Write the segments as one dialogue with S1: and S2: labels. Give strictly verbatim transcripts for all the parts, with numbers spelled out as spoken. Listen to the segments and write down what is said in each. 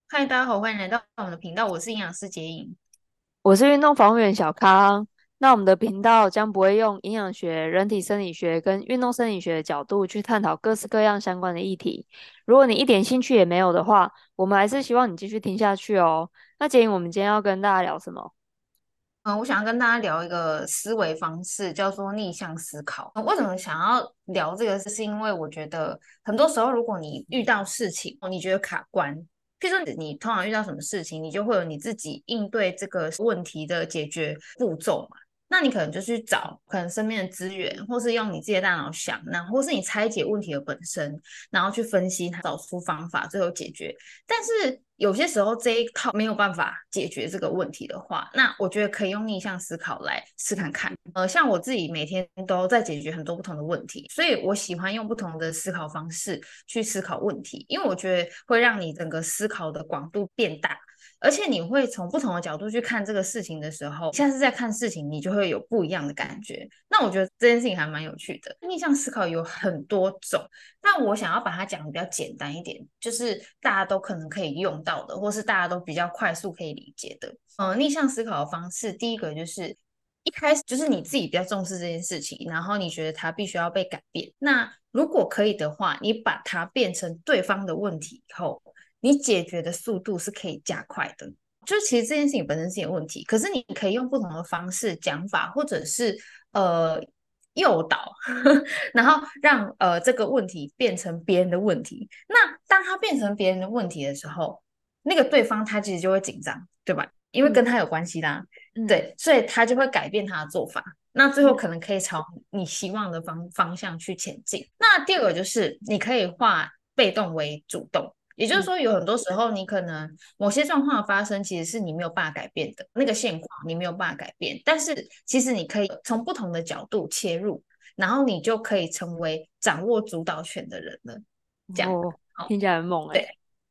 S1: 嗨，大家好，欢迎来到我们的频道，我是营养师杰颖。
S2: 我是运动防护员小康。那我们的频道将不会用营养学、人体生理学跟运动生理学的角度去探讨各式各样相关的议题。如果你一点兴趣也没有的话，我们还是希望你继续听下去哦。那建议我们今天要跟大家聊什么？
S1: 嗯、我想要跟大家聊一个思维方式，叫做逆向思考。呃为什么想要聊这个？是因为我觉得很多时候，如果你遇到事情，你觉得卡关，譬如说你你通常遇到什么事情，你就会有你自己应对这个问题的解决步骤嘛。那你可能就去找可能身边的资源，或是用你自己的大脑想，那或是你拆解问题的本身，然后去分析它，找出方法，最后解决。但是有些时候这一套没有办法解决这个问题的话，那我觉得可以用逆向思考来试看看。呃，像我自己每天都在解决很多不同的问题，所以我喜欢用不同的思考方式去思考问题，因为我觉得会让你整个思考的广度变大。而且你会从不同的角度去看这个事情的时候，下次再看事情，你就会有不一样的感觉。那我觉得这件事情还蛮有趣的。逆向思考有很多种，那我想要把它讲的比较简单一点，就是大家都可能可以用到的，或是大家都比较快速可以理解的。呃，逆向思考的方式，第一个就是一开始就是你自己比较重视这件事情，然后你觉得它必须要被改变。那如果可以的话，你把它变成对方的问题以后，你解决的速度是可以加快的。就其实这件事情本身是有问题，可是你可以用不同的方式讲法，或者是呃诱导，然后让呃这个问题变成别人的问题。那当它变成别人的问题的时候，那个对方他其实就会紧张，对吧？因为
S2: 嗯
S1: 跟他有关系啦，
S2: 嗯
S1: 对，所以他就会改变他的做法。那最后
S2: 嗯
S1: 可能可以朝你希望的方方向去前进。那第二个就是你可以化被动为主动，也就是
S2: 嗯。
S1: 说，有很多时候你可能某些状况的发生，其实是你没有办法改变的，那个现况你没有办法改变，但是其实你可以从不同的角度切入，然后你就可以成为掌握主导权的人了。这样，
S2: 哦，
S1: 好，
S2: 听起来很猛诶。
S1: 对。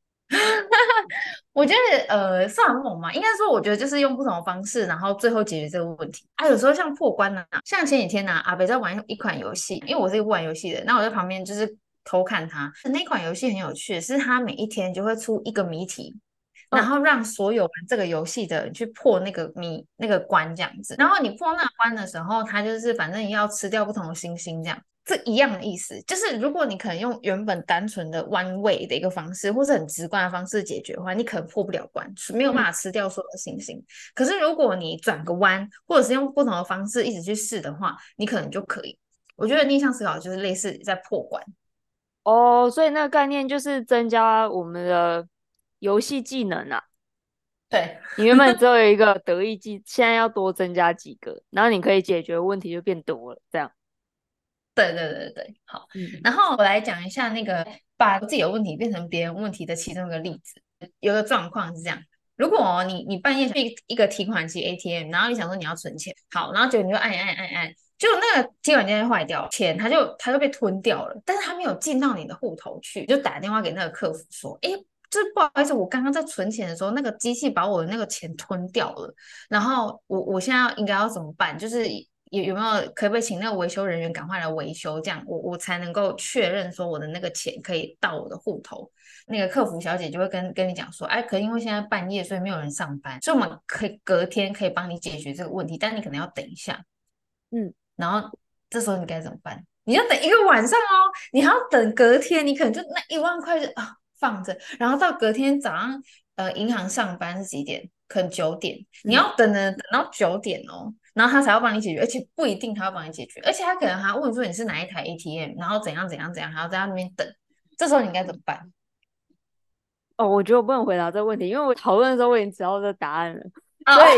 S1: 我觉得呃算很猛嘛，应该说我觉得就是用不同的方式，然后最后解决这个问题。啊，有时候像破关呐、啊，像前几天呐、啊，阿北在玩一款游戏，因为我是一个不玩游戏的，那我在旁边就是偷看他。那款游戏很有趣，是他每一天就会出一个谜题，然
S2: 嗯。
S1: 后让所有玩这个游戏的人去破那个谜那个关这样子。然后你破那个关的时候，他就是反正要吃掉不同的星星这样。这一样的意思，就是如果你可能用原本单纯的弯位的一个方式，或是很直观的方式解决的话，你可能破不了关，没有办
S2: 嗯。
S1: 法吃掉所有的星星。可是如果你转个弯，或者是用不同的方式一直去试的话，你可能就可以。我觉得逆向思考就是类似在破关。
S2: 哦，所以那个概念就是增加我们的游戏技能啊。
S1: 对，
S2: 你原本只有一个得意技，现在要多增加几个，然后你可以解决问题就变多了，这样。
S1: 对对对对，好。
S2: 嗯。
S1: 然后我来讲一下那个把自己的问题变成别人问题的其中一个例子。有个状况是这样：如果你你半夜去一个提款机 A T M，然后你想说你要存钱，好，然后结果你就按按按按，结果那个提款机就坏掉，钱它就它就被吞掉了，但是它没有进到你的户头去，你就打电话给那个客服说，诶，就是不好意思，我刚刚在存钱的时候，那个机器把我的那个钱吞掉了。然后我我现在应该要怎么办？就是有有没有可不可以请那个维修人员赶快来维修，这样我我才能够确认说我的那个钱可以到我的户头。那个客服小姐就会跟跟你讲说，哎，可因为现在半夜，所以没有人上班，所以我们可以隔天可以帮你解决这个问题，但你可能要等一下。
S2: 嗯。
S1: 然后这时候你该怎么办？你要等一个晚上哦，你还要等隔天，你可能就那一万块就啊放着，然后到隔天早上，呃，银行上班是几点？可能九点，你
S2: 嗯。
S1: 要等呢，等到九点哦，然后他才要帮你解决，而且不一定他要帮你解决，而且他可能还要问说你是哪一台 A T M，然后怎样怎样怎样，还要在他那边等，这时候你应该怎么办？
S2: 哦，我觉得我不能回答这个问题，因为我讨论的时候我已经知道这个答案了，
S1: 哦，
S2: 所以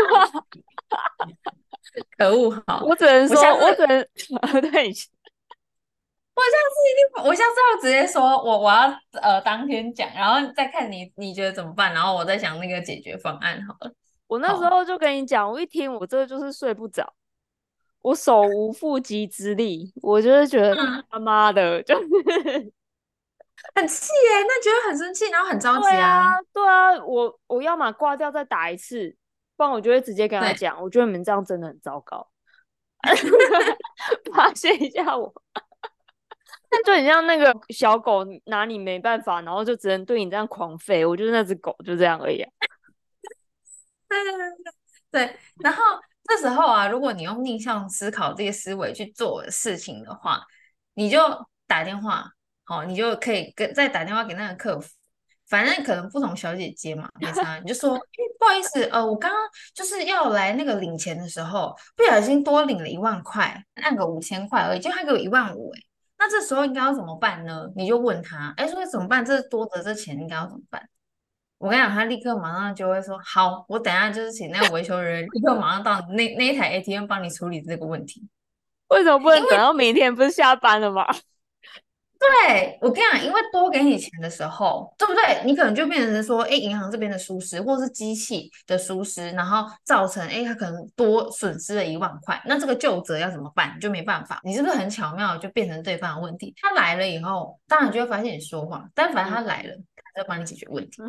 S1: 可恶！好，
S2: 我只能说，
S1: 我下次
S2: 我只能对。
S1: 我下次一定，我下次要直接说我我要呃当天讲，然后再看你你觉得怎么办，然后我再想那个解决方案好了。
S2: 我那时
S1: 好，
S2: 候就跟你讲，我一听我这个就是睡不着，我手无缚鸡之力，我就是觉得
S1: 嗯，
S2: 他妈的，就是
S1: 很气耶，那觉得很生气，然后很着
S2: 对啊，
S1: 急啊。
S2: 对啊，我我要么挂掉再打一次，不然我就会直接跟他
S1: 对，
S2: 讲，我觉得你们这样真的很糟糕，发泄一下我。 那就很像那个小狗拿你没办法，然后就只能对你这样狂吠。我就是那只狗，就这样而已啊。
S1: 对对对对对，然后这时候啊，如果你用逆向思考这个思维去做事情的话，你就打电话，好，你就可以跟再打电话给那个客服，反正可能不同小姐姐嘛，没差，你就说，诶不好意思，呃，我刚刚就是要来那个领钱的时候，不小心多领了一万块，按个五千块而已，就他给我一万五，哎，那这时候应该要怎么办呢？你就问他，哎，说怎么办？这多的这钱应该要怎么办？我跟你讲，他立刻马上就会说好，我等一下就是请那个维修人员立刻马上到你那那一台 A T M 帮你处理这个问题。
S2: 为什么不
S1: 因为
S2: 能等到明天？不是下班了吗？
S1: 对我跟你讲，因为多给你钱的时候，对不对？你可能就变成是说，哎，银行这边的疏失，或是机器的疏失，然后造成哎他可能多损失了一万块，那这个旧责要怎么办？就没办法，你是不是很巧妙地就变成对方的问题？他来了以后，当然就会发现你说谎，但反正他来了，他就帮你解决问题。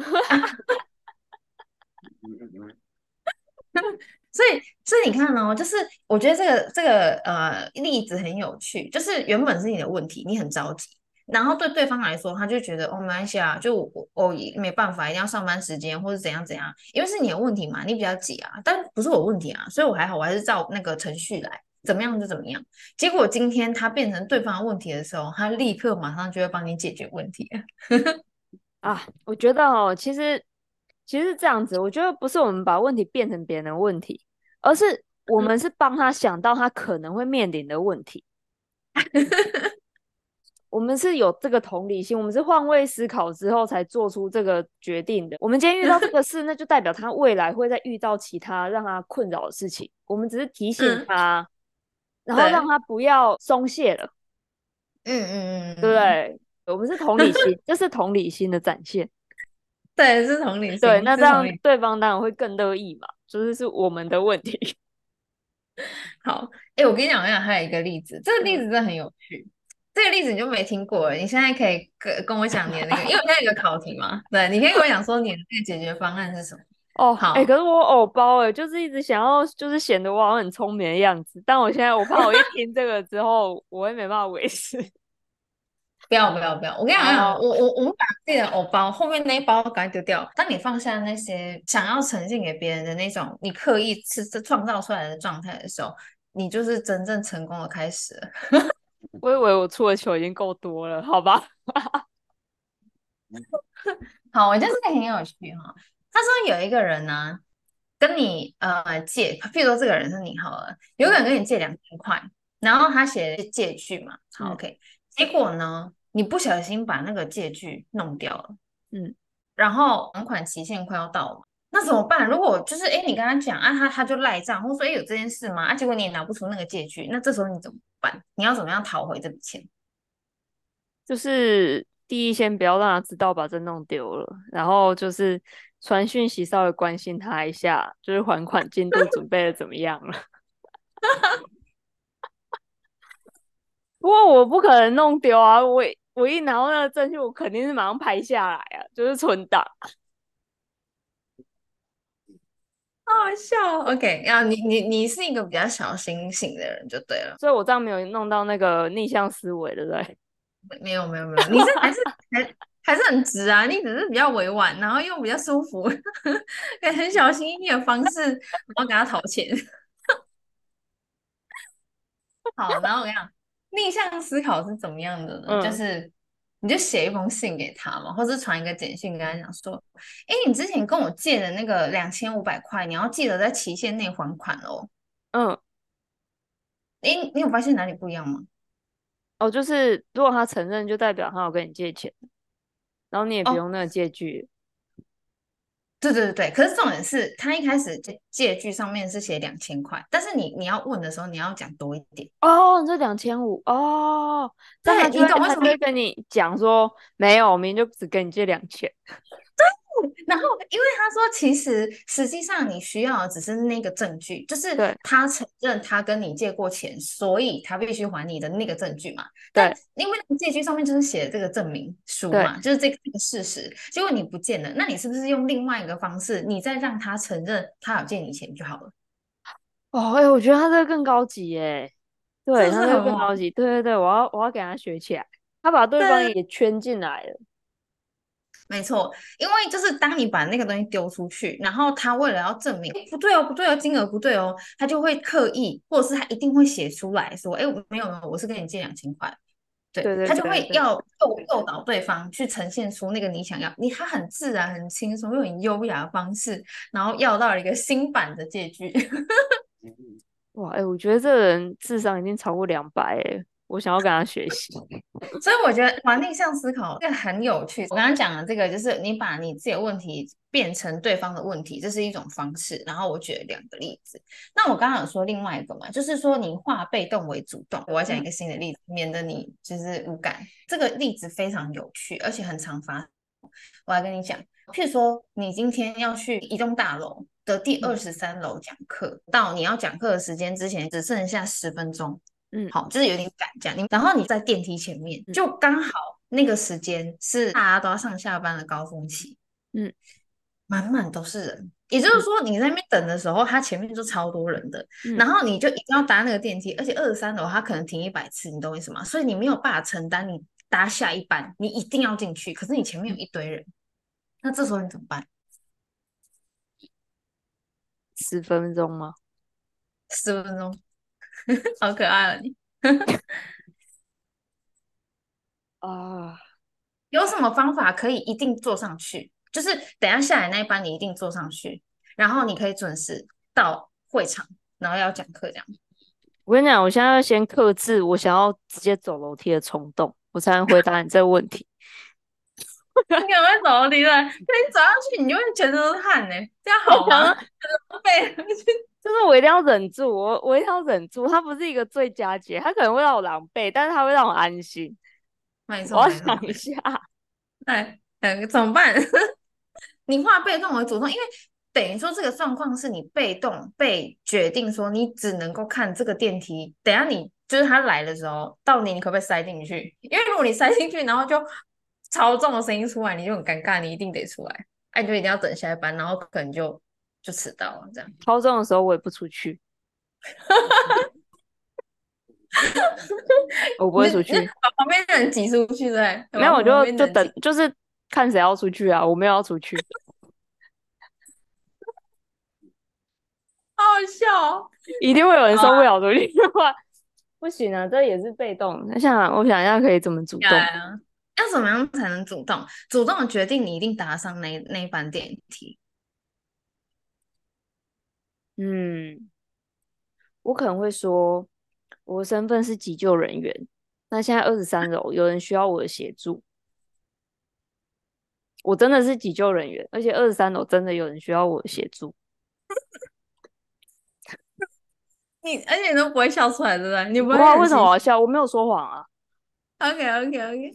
S1: 所以，所以你看哦，就是我觉得这个这个呃例子很有趣，就是原本是你的问题，你很着急，然后对对方来说，他就觉得哦没关系啊，就我我也没办法，一定要上班时间或者怎样怎样，因为是你的问题嘛，你比较急啊，但不是我问题啊，所以我还好，我还是照那个程序来，怎么样就怎么样。结果今天他变成对方的问题的时候，他立刻马上就会帮你解决问题了。
S2: 啊，我觉得哦，其实其实是这样子，我觉得不是我们把问题变成别人的问题，而是我们是帮他想到他可能会面临的问题。我们是有这个同理心，我们是换位思考之后才做出这个决定的。我们今天遇到这个事，那就代表他未来会再遇到其他让他困扰的事情。我们只是提醒
S1: 嗯，
S2: 他，然后让
S1: 对，
S2: 他不要松懈了，
S1: 嗯嗯嗯
S2: 对不
S1: 嗯，
S2: 对？我们是同理心，这是同理心的展现。
S1: 对，是同理
S2: 对，
S1: 心，
S2: 那这
S1: 是同理。
S2: 样对方当然会更乐意嘛，就是是我们的问题。
S1: 好，哎，我跟你讲，我跟你讲，还有一个例子，这个例子
S2: 嗯，
S1: 真的很有趣。这个例子你就没听过了，你现在可以跟跟我讲你的那个，因为我现在有个考题嘛，对，你可以跟我讲说你的那个解决方案是什么。
S2: 哦，哎、
S1: 好，
S2: 可是我偶包哎，就是一直想要，就是显得我好像很聪明的样子，但我现在我怕我一听这个之后，我会没办法维持。
S1: 不要不要不要，我跟你讲，我跟你讲
S2: 哦，
S1: 我我我们把自己的偶包后面那一包赶快丢掉。当你放下那些想要呈现给别人的那种你刻意是是创造出来的状态的时候，你就是真正成功的开始了。
S2: 我以为我出的球已经够多了，好吧？
S1: 好，我觉得这个很有趣哈。他说有一个人呢，跟你呃借，譬如说这个人是你好了，有个人跟你借两千块，然后他写借据嘛，好
S2: 嗯
S1: OK，结果呢，你不小心把那个借据弄掉了，
S2: 嗯，
S1: 然后还款期限快要到了，那怎么办？如果就是哎，你跟他讲啊，他他就赖账，或者说哎有这件事吗？啊，结果你也拿不出那个借据，那这时候你怎么办？你要怎么样讨回这笔钱？
S2: 就是第一，先不要让他知道把这弄丢了，然后就是传讯息稍微关心他一下，就是还款进度准备的怎么样了。不过我不可能弄丢啊，我我一拿到那个证据，我肯定是马上拍下来啊，就是存档。
S1: 好好笑哦，OK，然后你你你是一个比较小心型的人就对了。
S2: 所以我这样没有弄到那个逆向思维，对不对？
S1: 没有没有没有，你这还是还还是很直啊，你只是比较委婉，然后又比较舒服，以很小心翼翼的方式，然后给他讨钱。好，然后我跟你讲，逆向思考是怎么样的呢？就
S2: 嗯
S1: 是你就写一封信给他嘛，或是传一个简讯跟他讲说，哎，你之前跟我借的那个两千五百块，你要记得在期限内还款哦。
S2: 嗯，
S1: 哎，你有发现哪里不一样吗？
S2: 哦，就是如果他承认，就代表他有跟你借钱，然后你也不
S1: 哦，
S2: 用那个借据。
S1: 对对对对，可是重点是他一开始借借据上面是写两千块，但是你你要问的时候，你要讲多一点。
S2: 哦，这两千五哦，这样他
S1: 对，
S2: 就会
S1: 你懂为什么？
S2: 他就会跟你讲说，没有，我明明就只跟你借两千。
S1: 然后，因为他说，其实实际上你需要的只是那个证据，就是
S2: 对
S1: 他承认他跟你借过钱，所以他必须还你的那个证据嘛。但
S2: 对
S1: 因为那个借据上面就是写的这个证明书
S2: 对，
S1: 嘛，就是这个这个事实，结果你不见了，那你是不是用另外一个方式，你再让他承认他有借你钱就好了？
S2: 哦，哎、我觉得他这个更高级耶，对，
S1: 是不
S2: 他这个
S1: 是很猛？
S2: 更高级，对对对，我要我要给他学起来。 他把对方
S1: 对，
S2: 也圈进来了。
S1: 没错，因为就是当你把那个东西丢出去，然后他为了要证明，诶不对哦，不对哦，金额不对哦，他就会刻意，或者是他一定会写出来说，哎，没有没有，我是跟你借两千块，对，
S2: 对对
S1: 他就
S2: 对对，
S1: 会要诱诱导对方去呈现出那个你想要，你他很自然、很轻松又很优雅的方式，然后要到了一个新版的借据。
S2: 哇，哎、我觉得这个人智商已经超过两百哎，我想要跟他学习。
S1: 所以我觉得玩逆向思考这个很有趣。我刚刚讲的这个，就是你把你自己的问题变成对方的问题，这是一种方式。然后我举了两个例子。那我刚刚有说另外一个嘛，就是说你化被动为主动。我要讲一
S2: 嗯
S1: 个新的例子，免得你就是无感。这个例子非常有趣，而且很常发生。我来跟你讲，譬如说你今天要去一栋大楼的第二
S2: 嗯
S1: 十三楼讲课，到你要讲课的时间之前只剩下十分钟。
S2: 嗯
S1: 好，就是有点赶这样。你然后你在电梯前面，
S2: 嗯
S1: 就刚好那个时间是大家都要上下班的高峰期，
S2: 嗯
S1: 满满都是人。也就是
S2: 嗯
S1: 说，你在那边等的时候，他前面就超多人的，
S2: 嗯，
S1: 然后你就一定要搭那个电梯，而且二十三楼他可能停一百次，你懂我意思吗？所以你没有办法承担你搭下一班，你一定要进去，可是你前面有
S2: 嗯
S1: 一堆人，那这时候你怎么办？
S2: 十分钟吗？
S1: 十分钟，好可爱了你。
S2: 啊，
S1: 有什么方法可以一定坐上去？就是等一下下来那一班你一定坐上去，然后你可以准时到会场，然后要讲课这样。
S2: 我跟你讲，我现在要先克制我想要直接走楼梯的冲动，我才能回答你这个问题。
S1: 你赶快走楼梯对，那你走上去，你就会全身都是汗呢，这样
S2: 我
S1: 好吗？
S2: 想要，
S1: 背
S2: 就是我一定要忍住，我我一定要忍住，它不是一个最佳解，它可能会让我狼狈，但是它会让我安心。
S1: 没
S2: 我要
S1: 错没错，
S2: 想一下，
S1: 对，呃，怎么办？你化被动为主动，因为等于说这个状况是你被动被决定说你只能够看这个电梯，等一下你就是他来的时候，到底你可不可以塞进去？因为如果你塞进去，然后就超重的声音出来，你就很尴尬，你一定得出来，哎、你就一定要等下一班，然后可能就就迟到了这样。
S2: 超重的时候我也不出去，我不
S1: 你你
S2: 会出去，
S1: 把旁边的人挤出去，对，
S2: 没有我
S1: 把旁
S2: 就就等，
S1: 边的人挤，
S2: 就是看谁要出去啊，我没有要出去，
S1: 好好笑哦。
S2: 一定会有人
S1: 好啊，
S2: 受不了出去的话，不行啊，这也是被动。那想我想一下可以怎么主动？
S1: 呀呀，要怎么样才能主动？主动的决定你一定搭上那那一班电梯。
S2: 嗯，我可能会说，我的身份是急救人员，那现在二十三楼有人需要我的协助，我真的是急救人员，而且二十三楼真的有人需要我的协助。
S1: 你而且你都不会笑出来，对不对？你不
S2: 不啊，为什么
S1: 会很心虚
S2: 我要笑？我没有说谎啊。
S1: ？OK OK OK，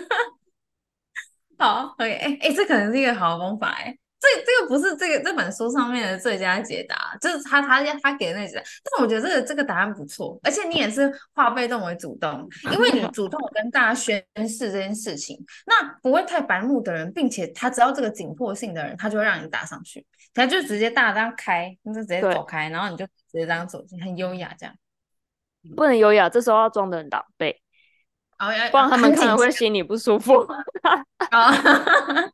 S1: 好，OK，哎哎，这可能是一个好的方法哎。这这个不是这个这本书上面的最佳解答，就是他他他给的那个解答。但我觉得这个这个答案不错，而且你也是化被动为主动，因为你主动地跟大家宣示这件事情，那不会太白目的人，并且他知道这个紧迫性的人，他就会让你搭上去，他就直接大家这样开，你就直接
S2: 对，
S1: 走开，然后你就直接这样走进，很优雅这样。
S2: 不能优雅，这时候要装的很狼狈，
S1: 哦，要
S2: 不然他们看了
S1: 很紧张
S2: 会心里不舒服。
S1: 啊。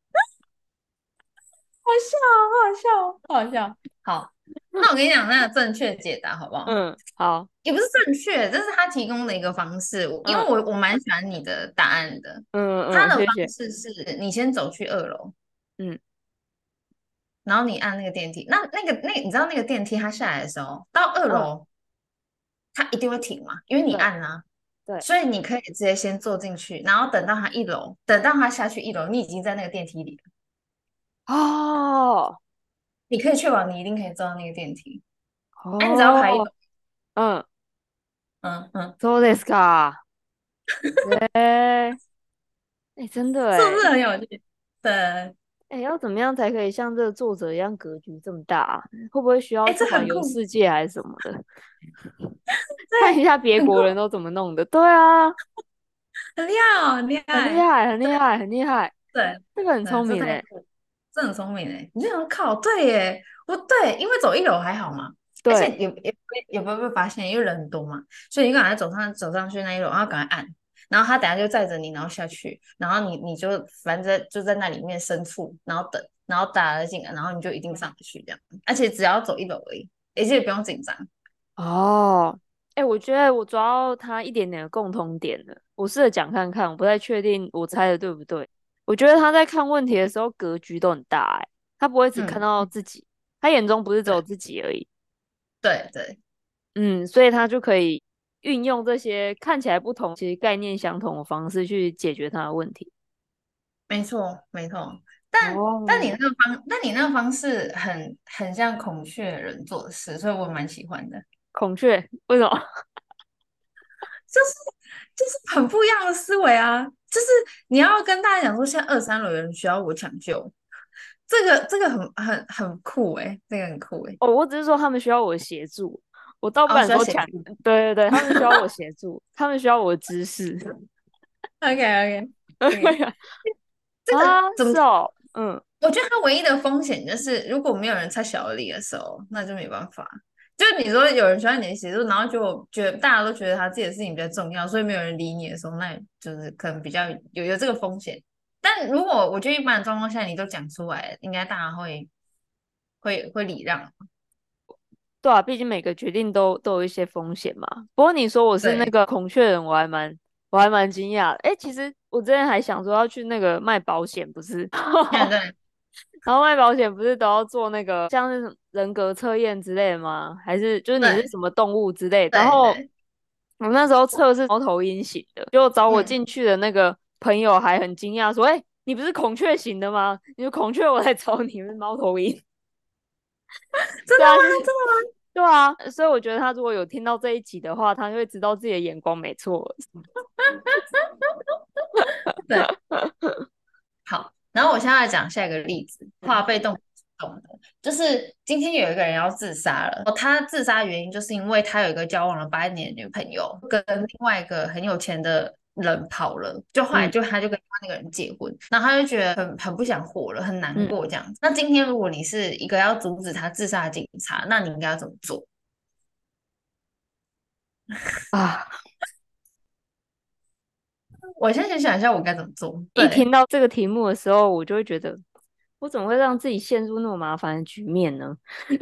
S1: 好笑哦，好好笑哦，好好笑。好，那我跟你讲那个正确解答好不好？
S2: 嗯，好，
S1: 也不是正确，这是他提供的一个方式。因为
S2: 嗯
S1: 我我蛮喜欢你的答案的。
S2: 嗯嗯，
S1: 他的方
S2: 谢谢。
S1: 式是你先走去二楼，
S2: 嗯
S1: 然后你按那个电梯。那那个那你知道那个电梯它下来的时候，到二
S2: 嗯，
S1: 楼它一定会停嘛，因为你
S2: 对
S1: 按啊，
S2: 对。
S1: 所以你可以直接先坐进去，然后等到他一楼，等到他下去一楼，你已经在那个电梯里了。
S2: 哦
S1: 你可以确保你一定可以坐到那个电梯。哎、你只要排一
S2: 哦，
S1: 楼，
S2: 嗯，
S1: 嗯嗯。
S2: そうですか。哎哎，真的哎，
S1: 是不是很有趣？对，
S2: 哎，要怎么样才可以像这个作者一样格局这么大啊会不会需要
S1: 哎，这
S2: 去环游
S1: 很酷，
S2: 世界还是什么的？看一
S1: 对，
S2: 下别
S1: 很酷，
S2: 国人都怎么弄的。对啊，
S1: 很厉害哦，很厉害，
S2: 很厉害，很厉害，很厉害，
S1: 对
S2: 这个很
S1: 对，这
S2: 聪明哎。
S1: 太酷，这很聪明哎，你就想靠，对耶，不对，因为走一楼还好嘛，而且
S2: 对，
S1: 也也也也不会被发现，因为人很多嘛，所以你赶快走上走上去那一楼，然后赶快按， 然后他等下就载着你，然后下去，然后你你就反正就在那里面深处，然后等，然后打了进来，然后你就一定上得去这样，而且只要走一楼而已，而且不用紧张。
S2: 哦，哎、我觉得我抓到他一点点的共同点了。我试着讲看看，我不太确定我猜的对不对。我觉得他在看问题的时候格局都很大、欸，他不会只看
S1: 嗯，
S2: 到自己，他眼中不是只有
S1: 对
S2: 自己而已。
S1: 对对，
S2: 嗯，所以他就可以运用这些看起来不同，其实概念相同的方式去解决他的问题。
S1: 没错没错。但但你
S2: 哦，
S1: 那个方，但你那个方式很很像孔雀人做的事，所以我蛮喜欢的。
S2: 孔雀为什么？
S1: 就是就是很不一样的思维啊！就是你要跟大家讲说，现在二三楼有人需要我抢救，这个这个很很很酷诶、这个很酷诶、
S2: 哦，我只是说他们需要我协助，我倒不
S1: 哦，
S2: 敢说抢。
S1: 需要协助。
S2: 对对对，他们需要我协助，他们需要我的知识。
S1: OK OK OK，这个
S2: 啊，
S1: 怎么？
S2: 是哦，嗯，
S1: 我觉得它唯一的风险就是，如果没有人猜小而力的时候，那就没办法。就是你说有人需要你的协助，然后就觉得大家都觉得他自己的事情比较重要，所以没有人理你的时候，那就是可能比较有有这个风险。但如果我觉得一般的状况下你都讲出来了，应该大家会会会礼让。
S2: 对啊，毕竟每个决定都都有一些风险嘛。不过你说我是那
S1: 对，
S2: 个孔雀人，我还蛮我还蛮惊讶的。诶，其实我之前还想说要去那个卖保险，不是？
S1: 对对
S2: 然后卖保险不是都要做那个像是什么人格测验之类的吗？还是就是你是
S1: 对
S2: 什么动物之类的？然后
S1: 对对，
S2: 我那时候测是猫头鹰型的，结果找我
S1: 嗯，
S2: 进去的那个朋友还很惊讶说：“哎、你不是孔雀型的吗？你是孔雀，我来找你，是猫头鹰。”对啊，
S1: 真的吗？
S2: 就是
S1: 真的吗？
S2: 对啊，所以我觉得他如果有听到这一集的话，他就会知道自己的眼光没错。
S1: 对，好。然后我现在来讲下一个例子，化被动主动的，就是今天有一个人要自杀了，他自杀的原因就是因为他有一个交往了八年的女朋友，跟另外一个很有钱的人跑了，就后来
S2: 嗯
S1: 就他就跟那个人结婚，然后他就觉得很很不想活了，很难
S2: 嗯
S1: 过这样子。那今天如果你是一个要阻止他自杀的警察，那你应该要怎么做？
S2: 啊，
S1: 我先先想一下我该怎么做。
S2: 一听
S1: 对，
S2: 到这个题目的时候，我就会觉得，我怎么会让自己陷入那么麻烦的局面呢？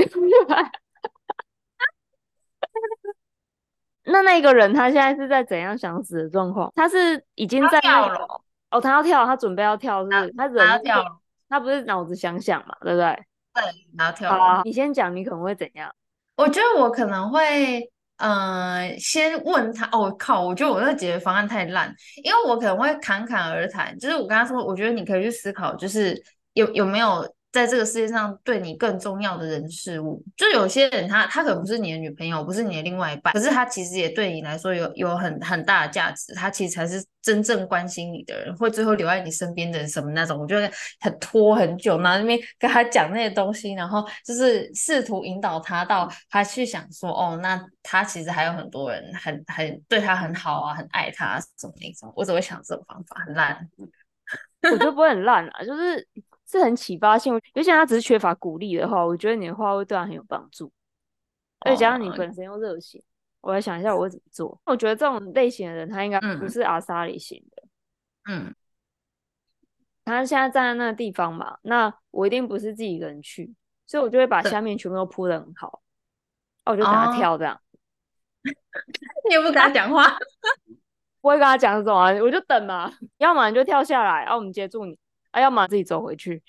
S2: 那那个人他现在是在怎样想死的状况？他是已经
S1: 他
S2: 在那个
S1: 跳楼，
S2: 哦，他要跳，他准备要跳，是不
S1: 他
S2: 是？他人是
S1: 他要跳楼，
S2: 他不是脑子想想嘛，对不对？
S1: 对，他要跳楼。
S2: 好啊，你先讲，你可能会怎样？
S1: 我觉得我可能会，呃，先问他。哦，靠！我觉得我那个解决方案太烂，因为我可能会侃侃而谈。就是我跟他说，我觉得你可以去思考，就是有有没有在这个世界上对你更重要的人事物。就有些人他他可能不是你的女朋友，不是你的另外一半，可是他其实也对你来说有有很很大的价值。他其实才是真正关心你的人，会最后留在你身边的人什么那种。我觉得很拖很久，然后那边跟他讲那些东西，然后就是试图引导他到他去想说，哦，那他其实还有很多人很很对他很好啊，很爱他什么那种。我只会想这种方法，很烂。
S2: 我觉得不会很烂啊，就是是很启发性。尤其他只是缺乏鼓励的话，我觉得你的话会对他很有帮助。而且加上你
S1: 哦，
S2: 本身又热血，我来想一下我会怎么做。我觉得这种类型的人，他应该不
S1: 嗯
S2: 是阿萨里型的。
S1: 嗯，
S2: 他现在站在那个地方嘛，那我一定不是自己一个人去，所以我就会把
S1: 对，
S2: 下面全部都铺的很好，哦，我就等他
S1: 哦，
S2: 跳这样，
S1: 你也不跟他讲话。
S2: 不会跟他讲什么啊，我就等嘛，要么你就跳下来，啊，我们接住你，啊，要么自己走回去。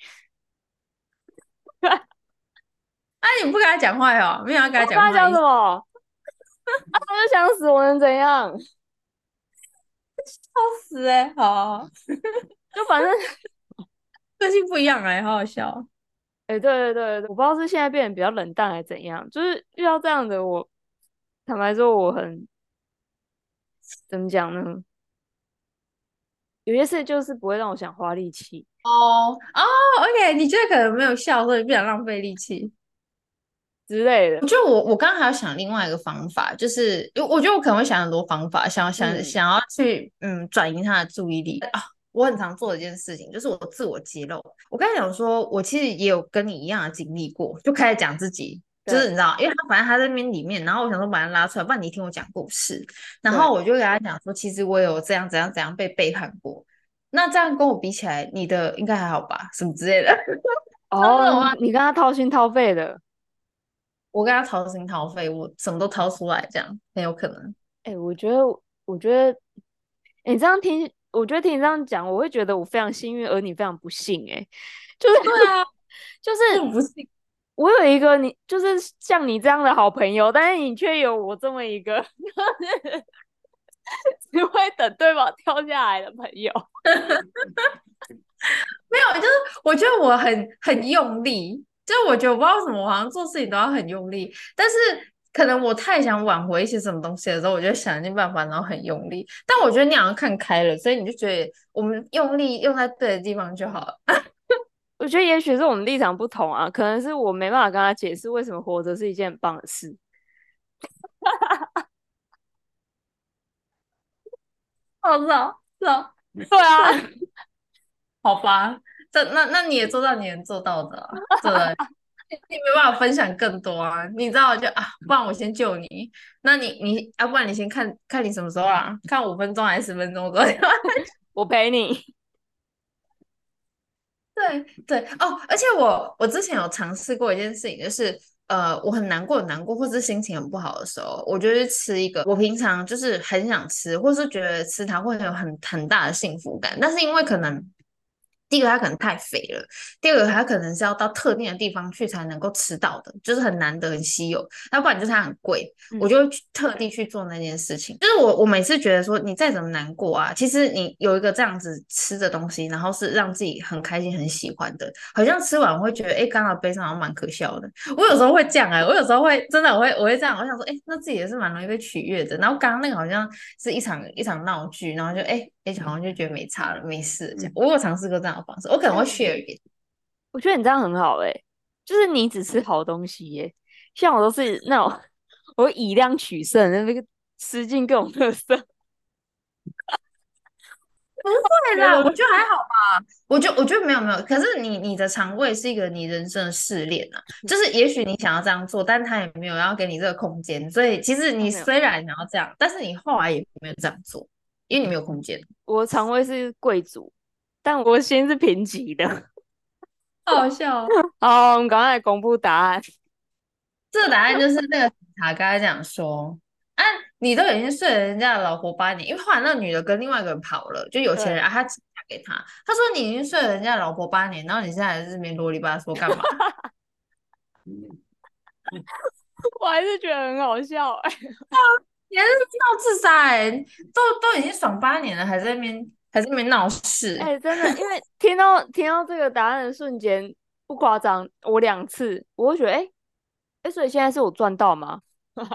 S1: 啊，你不跟他讲话哦，没有要跟他
S2: 我跟他讲
S1: 讲话的意思。
S2: 什么？啊，他就想死，我能怎样？
S1: 笑死哎、欸好好，
S2: 就反正，
S1: 个性不一样哎、好好笑哦。
S2: 哎、欸对对对，我不知道是现在变得比较冷淡还是怎样，就是遇到这样的我，坦白说我很怎么讲呢？有些事就是不会让我想花力气
S1: 哦哦，OK，你觉得可能没有效，所以不想浪费力气。
S2: 之类的。
S1: 我觉得我我刚刚还要想另外一个方法，就是我我觉得我可能会想很多方法，想想
S2: 嗯，
S1: 想要去嗯转移他的注意力啊。我很常做的一件事情就是我自我揭露。我刚才讲说，我其实也有跟你一样的经历过，就开始讲自己。 就是
S2: 对
S1: 你知道，因为他反正他在那边里面，然后我想说把他拉出来，不然你听我讲故事。然后
S2: 对，
S1: 我就跟他讲说，其实我有这样怎样怎样被背叛过。那这样跟我比起来，你的应该还好吧？什么之类的。真
S2: 哦，
S1: 的吗？
S2: 你跟他掏心掏肺的。
S1: 我跟他掏心掏肺，我什么都掏出来，这样很有可能。
S2: 哎、我觉得，我觉得你这样听，我觉得听你这样讲，我会觉得我非常幸运，而你非常不幸、欸。哎，就是
S1: 对啊，
S2: 就是
S1: 这不是。
S2: 我有一个你，就是像你这样的好朋友，但是你却有我这么一个只会等对方跳下来的朋友。
S1: 没有，就是我觉得我很很用力，就是我觉得我不知道为什么，我好像做事情都要很用力，但是可能我太想挽回一些什么东西的时候，我就想尽办法，然后很用力。但我觉得你好像看开了，所以你就觉得我们用力用在对的地方就好了。
S2: 我觉得也许是我们立场不同啊，可能是我没办法跟他解释为什么活着是一件很棒的事。
S1: 哦，是哦，是哦，
S2: 对啊，
S1: 好吧，这那那你也做到你能做到的啊，对不对？你没办法分享更多啊，你知道就啊，不然我先救你，那你你要、不然你先看看你什么时候啦，看五分钟还是十分钟左右。
S2: 我陪你。
S1: 对对哦，而且我我之前有尝试过一件事情，就是呃，我很难过很难过，或是心情很不好的时候，我就去吃一个我平常就是很想吃，或是觉得吃它会有很很大的幸福感，但是因为可能第一个它可能太肥了，第二个它可能是要到特定的地方去才能够吃到的，就是很难得很稀有，要不然就是它很贵，我
S2: 嗯，
S1: 就会去特地去做那件事情。就是我我每次觉得说你再怎么难过啊，其实你有一个这样子吃的东西，然后是让自己很开心很喜欢的，好像吃完我会觉得哎，刚刚悲伤好像蛮可笑的。我有时候会这样哎、我有时候会真的我会我会这样，我想说哎，那自己也是蛮容易被取悦的。然后刚刚那个好像是一场一场闹剧，然后就哎哎好像就觉得没差了，没事了这样。我有尝试过这样的方式，我可能会
S2: 哎、
S1: share 给
S2: 我觉得你这样很好诶、就是你只吃好东西耶、像我都是那种我会以量取胜，那个吃尽各种特色。
S1: 不会啦，
S2: 觉得
S1: 我觉得还好吧。我觉我觉得没有没有，可是你你的肠胃是一个你人生的试炼啊，就是也许你想要这样做，但他也没有要给你这个空间，所以其实
S2: 哦没有，
S1: 你虽然想要这样，但是你后来也没有这样做，因为你没有空间。
S2: 我的肠胃是贵族，但我心是贫瘠的。
S1: 好好笑哦。
S2: 好，我们赶快来公布答案。
S1: 这个答案就是那个警察刚才讲说，啊，你都已经睡了人家的老婆八年，因为后来那个女的跟另外一个人跑了，就有钱人
S2: 对，
S1: 啊，他只嫁给他，他说你已经睡了人家的老婆八年，然后你现在还在这边啰里吧嗦干嘛？
S2: 我还是觉得很好笑哎、
S1: 你还是闹自杀哎、都都已经爽八年了，还在那边还在那边闹事。
S2: 哎、真的，因为听到听到这个答案的瞬间，不夸张，我两次我会觉得，哎、哎、所以现在是我赚到吗？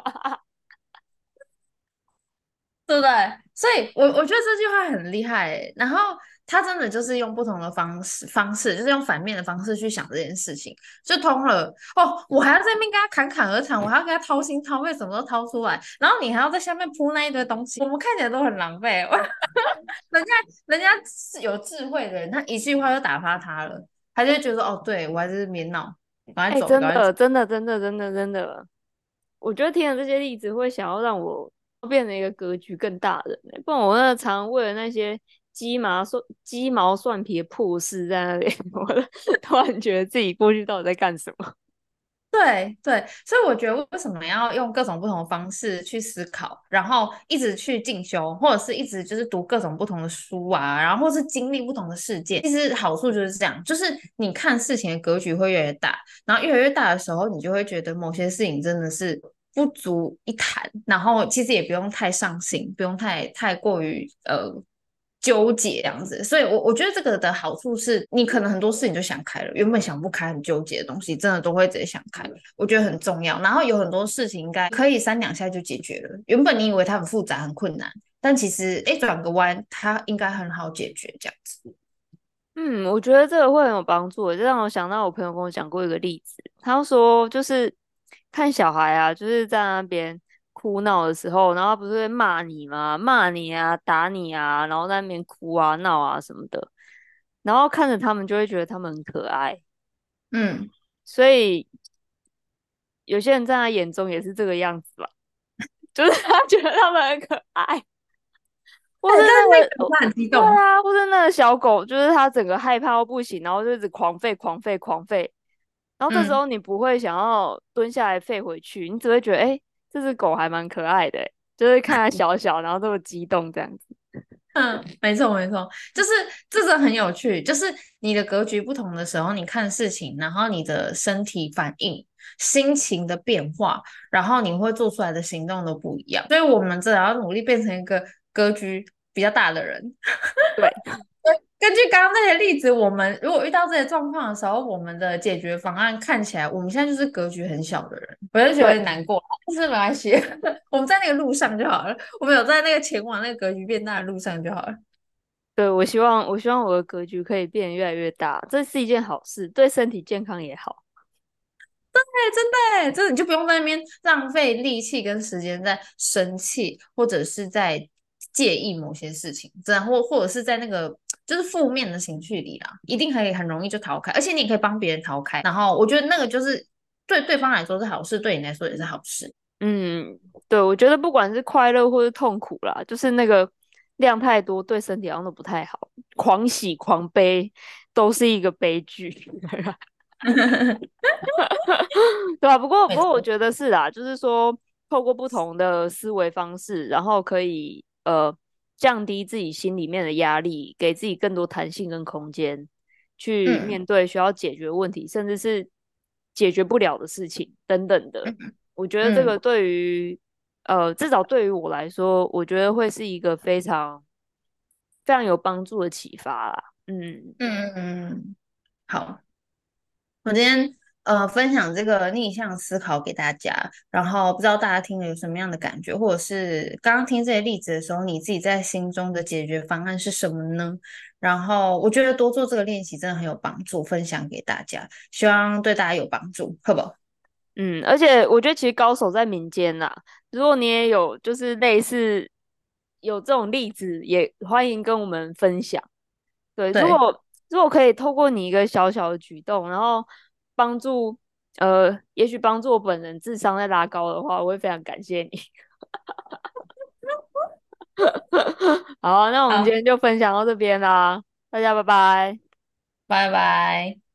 S1: 对不对？所以我我觉得这句话很厉害欸，然后他真的就是用不同的方式方式，就是用反面的方式去想这件事情，就通了。哦，我还要在那边跟他侃侃而谈，我还要跟他掏心掏肺，什么都掏出来，然后你还要在下面铺那一堆东西，我们看起来都很狼狈。人家人家是有智慧的人，他一句话就打发他了，他就会觉得哦，对我还是别闹，赶快
S2: 哎、
S1: 走，赶快走。
S2: 真的，真的，真的，真的，真的，我觉得听了这些例子，会想要让我变成一个格局更大的人、欸，不然我那常为了那些鸡毛蒜鸡毛蒜皮的破事在那里，我突然觉得自己过去到底在干什么？
S1: 对对，所以我觉得为什么要用各种不同的方式去思考，然后一直去进修，或者是一直就是读各种不同的书啊，然后或是经历不同的事件，其实好处就是这样，就是你看事情的格局会越来越大，然后越来越大的时候，你就会觉得某些事情真的是不足一谈，然后其实也不用太上心，不用太太过于呃纠结这样子。所以我，我觉得这个的好处是，你可能很多事情就想开了，原本想不开、很纠结的东西，真的都会直接想开。我觉得很重要。然后有很多事情应该可以三两下就解决了，原本你以为它很复杂、很困难，但其实哎转个弯，它应该很好解决这样子。
S2: 嗯，我觉得这个会很有帮助的，这让我想到我朋友跟我讲过一个例子，他说就是看小孩啊，就是在那边哭闹的时候，然后不是会骂你吗？骂你啊，打你啊，然后在那边哭啊、闹啊什么的，然后看着他们就会觉得他们很可爱，
S1: 嗯，
S2: 所以有些人在他眼中也是这个样子吧，就是他觉得他们很可爱，或是
S1: 对，但是那
S2: 那个
S1: 个他很激动。
S2: 对啊，或是那个小狗，就是它整个害怕到不行，然后就一直狂吠、狂吠、狂吠，然后这时
S1: 嗯
S2: 候你不会想要蹲下来吠回去，你只会觉得，哎、这只狗还蛮可爱的，诶就是看它小小，然后这么激动这样子。
S1: 嗯，没错没错，就是这个很有趣，就是你的格局不同的时候，你看事情，然后你的身体反应、心情的变化，然后你会做出来的行动都不一样。所以我们真的要努力变成一个格局比较大的人。
S2: 对
S1: 根据刚刚那些例子，我们如果遇到这些状况的时候，我们的解决方案看起来，我们现在就是格局很小的人，我就觉得有
S2: 对
S1: 点难过，但是没关系，我们在那个路上就好了，我们有在那个前往那个格局变大的路上就好了。
S2: 对，我希望我希望我的格局可以变得越来越大，这是一件好事，对身体健康也好。
S1: 哎，真的哎，真的你就不用在那边浪费力气跟时间在生气，或者是在介意某些事情，这样或或者是在那个就是负面的情绪里啦，一定可以很容易就逃开，而且你也可以帮别人逃开。然后我觉得那个就是对对方来说是好事，对你来说也是好事。
S2: 嗯，对，我觉得不管是快乐或是痛苦啦，就是那个量太多，对身体好像都不太好。狂喜狂悲都是一个悲剧，对吧？不过，不
S1: 没错，
S2: 过我觉得是啦，就是说，透过不同的思维方式，然后可以呃降低自己心里面的压力，给自己更多弹性跟空间，去
S1: 嗯
S2: 面对需要解决问题，甚至是解决不了的事情等等的。
S1: 嗯
S2: 我觉得这个
S1: 嗯
S2: 对于呃，至少对于我来说，我觉得会是一个非常非常有帮助的启发啦。嗯
S1: 嗯嗯嗯，好。我今天呃分享这个逆向思考给大家，然后不知道大家听了有什么样的感觉，或者是刚刚听这些例子的时候，你自己在心中的解决方案是什么呢？然后我觉得多做这个练习真的很有帮助，分享给大家，希望对大家有帮助，好不好？
S2: 嗯，而且我觉得其实高手在民间呐。如果你也有就是类似有这种例子，也欢迎跟我们分享。对，如
S1: 对，
S2: 果如果可以透过你一个小小的举动，然后帮助呃，也许帮助我本人智商再拉高的话，我会非常感谢你。好啊，那我们今
S1: 好，
S2: 天就分享到这边啦，大家拜拜。
S1: 拜拜。